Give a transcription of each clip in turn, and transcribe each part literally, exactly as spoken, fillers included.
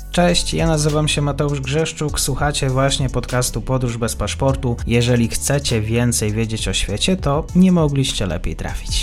Cześć, ja nazywam się Mateusz Grzeszczuk, słuchacie właśnie podcastu Podróż bez paszportu. Jeżeli chcecie więcej wiedzieć o świecie, to nie mogliście lepiej trafić.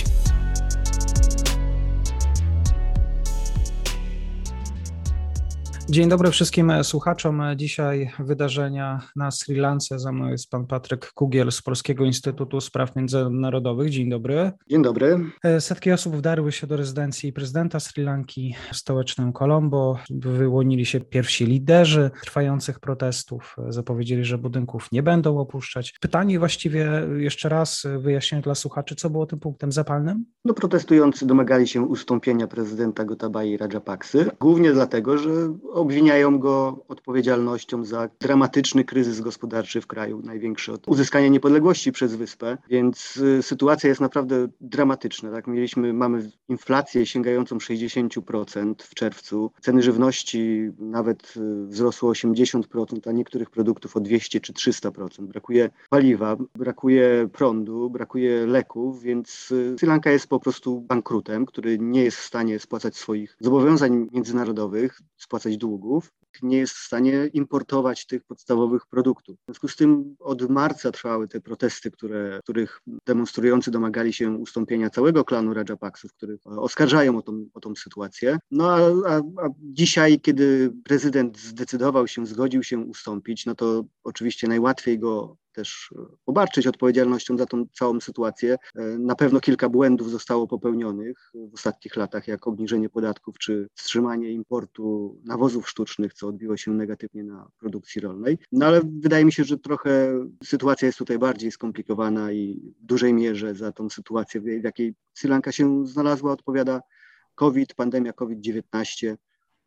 Dzień dobry wszystkim słuchaczom. Dzisiaj wydarzenia na Sri Lance. Za mną jest pan Patryk Kugiel z Polskiego Instytutu Spraw Międzynarodowych. Dzień dobry. Dzień dobry. Setki osób wdarły się do rezydencji prezydenta Sri Lanki w stołecznym Colombo. Wyłonili się pierwsi liderzy trwających protestów. Zapowiedzieli, że budynków nie będą opuszczać. Pytanie właściwie jeszcze raz wyjaśnię dla słuchaczy, co było tym punktem zapalnym? No, protestujący domagali się ustąpienia prezydenta Gotabaya Rajapaksy, głównie dlatego, że obwiniają go odpowiedzialnością za dramatyczny kryzys gospodarczy w kraju, największy od uzyskania niepodległości przez wyspę, więc y, sytuacja jest naprawdę dramatyczna. Tak? Mieliśmy, mamy inflację sięgającą sześćdziesiąt procent w czerwcu, ceny żywności nawet y, wzrosły o osiemdziesiąt procent, a niektórych produktów o dwieście czy trzysta procent. Brakuje paliwa, brakuje prądu, brakuje leków, więc y, Sri Lanka jest po prostu bankrutem, który nie jest w stanie spłacać swoich zobowiązań międzynarodowych, spłacać długów, nie jest w stanie importować tych podstawowych produktów. W związku z tym od marca trwały te protesty, które, których demonstrujący domagali się ustąpienia całego klanu Rajapaksów, których oskarżają o tą, o tą sytuację. No a, a, a dzisiaj, kiedy prezydent zdecydował się, zgodził się ustąpić, no to oczywiście najłatwiej go też obarczyć odpowiedzialnością za tą całą sytuację. Na pewno kilka błędów zostało popełnionych w ostatnich latach, jak obniżenie podatków czy wstrzymanie importu nawozów sztucznych, co odbiło się negatywnie na produkcji rolnej. No ale wydaje mi się, że trochę sytuacja jest tutaj bardziej skomplikowana i w dużej mierze za tą sytuację, w jakiej Sri Lanka się znalazła, odpowiada COVID, pandemia COVID dziewiętnaście.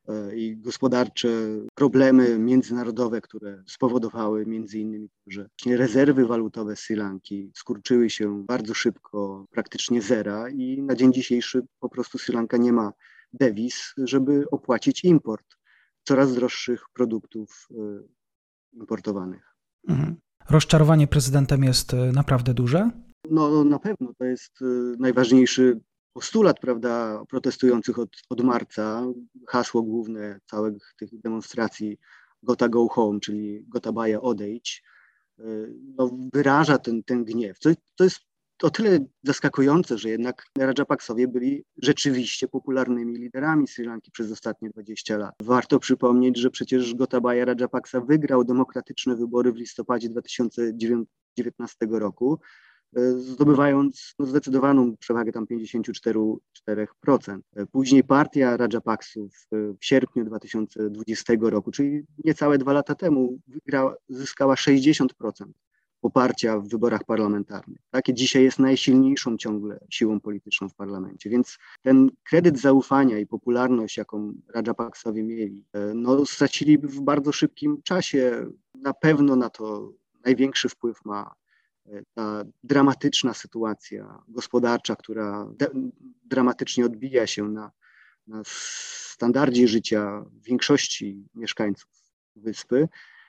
I gospodarcze problemy międzynarodowe, które spowodowały między innymi, że rezerwy walutowe Sri Lanki skurczyły się bardzo szybko, praktycznie zera i na dzień dzisiejszy po prostu Sri Lanka nie ma dewiz, żeby opłacić import coraz droższych produktów importowanych. Mhm. Rozczarowanie prezydentem jest naprawdę duże? No na pewno, to jest najważniejszy postulat, prawda, protestujących od, od marca, hasło główne całych tych demonstracji Gota go home, czyli Gotabaya odejdź, no, wyraża ten, ten gniew. To, to jest o tyle zaskakujące, że jednak Rajapaksowie byli rzeczywiście popularnymi liderami Sri Lanki przez ostatnie dwadzieścia lat. Warto przypomnieć, że przecież Gotabaya Rajapaksa wygrał demokratyczne wybory w listopadzie dwa tysiące dziewiętnastego roku, zdobywając no, zdecydowaną przewagę tam pięćdziesiąt cztery procent. Później partia Rajapaksów w sierpniu dwa tysiące dwudziestego roku, czyli niecałe dwa lata temu, wygrała, zyskała sześćdziesiąt procent poparcia w wyborach parlamentarnych. Takie dzisiaj jest najsilniejszą ciągle siłą polityczną w parlamencie, więc ten kredyt zaufania i popularność, jaką Rajapaksowie mieli, no, stracili w bardzo szybkim czasie. Na pewno na to największy wpływ ma ta dramatyczna sytuacja gospodarcza, która de- dramatycznie odbija się na, na standardzie życia większości mieszkańców wyspy.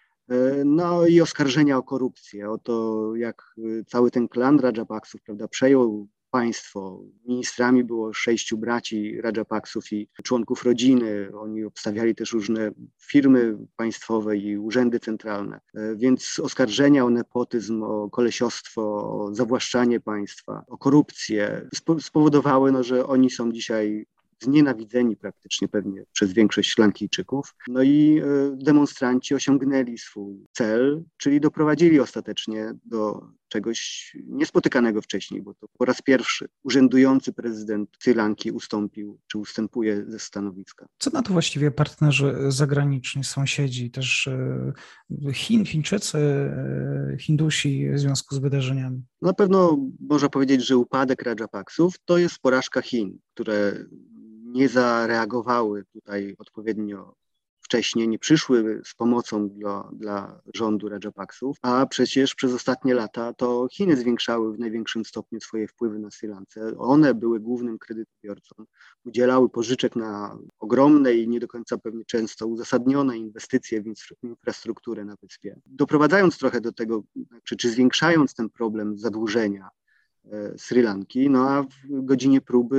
No i oskarżenia o korupcję, o to, jak cały ten klan Rajapaksów, prawda, przejął państwo. Ministrami było sześciu braci Rajapaksów i członków rodziny. Oni obstawiali też różne firmy państwowe i urzędy centralne. Więc oskarżenia o nepotyzm, o kolesiostwo, o zawłaszczanie państwa, o korupcję spowodowały, no, że oni są dzisiaj znienawidzeni praktycznie pewnie przez większość Lankijczyków. No i demonstranci osiągnęli swój cel, czyli doprowadzili ostatecznie do czegoś niespotykanego wcześniej, bo to po raz pierwszy urzędujący prezydent Sri Lanki ustąpił, czy ustępuje ze stanowiska. Co na to właściwie partnerzy zagraniczni, sąsiedzi, też Chin, Chińczycy, Hindusi w związku z wydarzeniami? Na pewno można powiedzieć, że upadek Rajapaksów to jest porażka Chin, które nie zareagowały tutaj odpowiednio wcześniej, nie przyszły z pomocą dla, dla rządu Rajapaksów, a przecież przez ostatnie lata to Chiny zwiększały w największym stopniu swoje wpływy na Sri Lance. One były głównym kredytobiorcą, udzielały pożyczek na ogromne i nie do końca pewnie często uzasadnione inwestycje w infrastrukturę na wyspie. Doprowadzając trochę do tego, czy, czy zwiększając ten problem zadłużenia Sri Lanki, no a w godzinie próby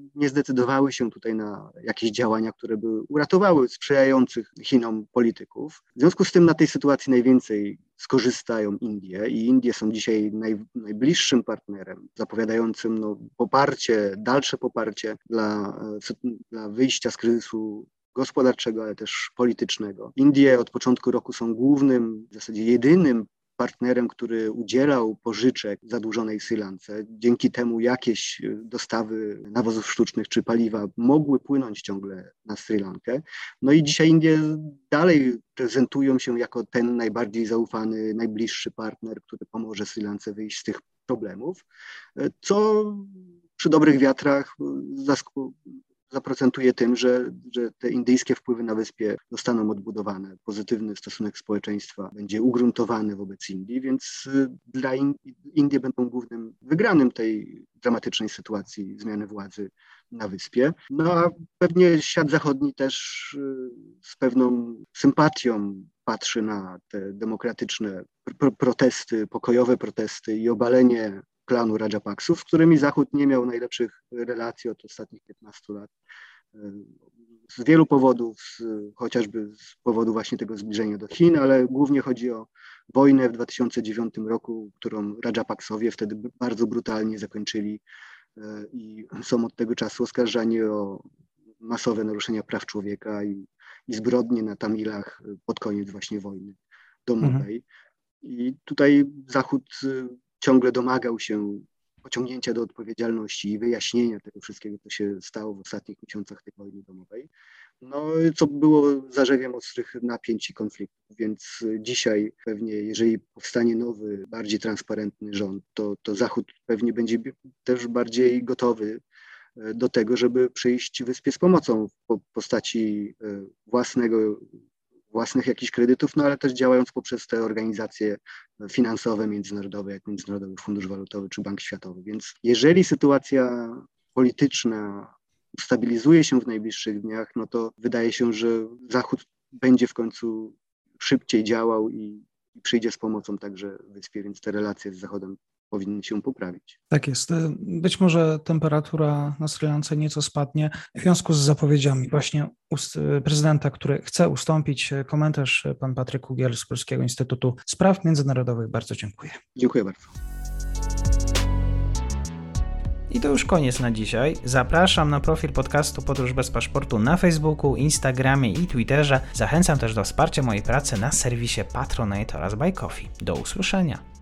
nie zdecydowały się tutaj na jakieś działania, które by uratowały sprzyjających Chinom polityków. W związku z tym na tej sytuacji najwięcej skorzystają Indie i Indie są dzisiaj naj, najbliższym partnerem zapowiadającym no, poparcie, dalsze poparcie dla, dla wyjścia z kryzysu gospodarczego, ale też politycznego. Indie od początku roku są głównym, w zasadzie jedynym partnerem, który udzielał pożyczek zadłużonej Sri Lance. Dzięki temu jakieś dostawy nawozów sztucznych czy paliwa mogły płynąć ciągle na Sri Lankę. No i dzisiaj Indie dalej prezentują się jako ten najbardziej zaufany, najbliższy partner, który pomoże Sri Lance wyjść z tych problemów, co przy dobrych wiatrach zask- zaprocentuje tym, że, że te indyjskie wpływy na wyspie zostaną odbudowane. Pozytywny stosunek społeczeństwa będzie ugruntowany wobec Indii, więc dla Indii, Indie będą głównym wygranym tej dramatycznej sytuacji zmiany władzy na wyspie. No a pewnie świat zachodni też z pewną sympatią patrzy na te demokratyczne pro- protesty, pokojowe protesty i obalenie klanu Rajapaksów, z którymi Zachód nie miał najlepszych relacji od ostatnich piętnastu lat. Z wielu powodów, z, chociażby z powodu właśnie tego zbliżenia do Chin, ale głównie chodzi o wojnę w dwa tysiące dziewiątym roku, którą Rajapaksowie wtedy bardzo brutalnie zakończyli i są od tego czasu oskarżani o masowe naruszenia praw człowieka i, i zbrodnie na Tamilach pod koniec właśnie wojny domowej. Mhm. I tutaj Zachód ciągle domagał się pociągnięcia do odpowiedzialności i wyjaśnienia tego wszystkiego, co się stało w ostatnich miesiącach tej wojny domowej, no co było zarzewiem ostrych napięć i konfliktów, więc dzisiaj pewnie, jeżeli powstanie nowy, bardziej transparentny rząd, to, to Zachód pewnie będzie też bardziej gotowy do tego, żeby przyjść wyspie z pomocą w postaci własnego własnych jakichś kredytów, no ale też działając poprzez te organizacje finansowe międzynarodowe, jak Międzynarodowy Fundusz Walutowy czy Bank Światowy. Więc jeżeli sytuacja polityczna ustabilizuje się w najbliższych dniach, no to wydaje się, że Zachód będzie w końcu szybciej działał i, i przyjdzie z pomocą także wyspie, więc te relacje z Zachodem powinny się poprawić. Tak jest. Być może temperatura na Sri Lance nieco spadnie w związku z zapowiedziami właśnie prezydenta, który chce ustąpić. Komentarz pan Patryk Kugiel z Polskiego Instytutu Spraw Międzynarodowych. Bardzo dziękuję. Dziękuję bardzo. I to już koniec na dzisiaj. Zapraszam na profil podcastu Podróż bez paszportu na Facebooku, Instagramie i Twitterze. Zachęcam też do wsparcia mojej pracy na serwisie Patronite oraz Buy Coffee. Do usłyszenia.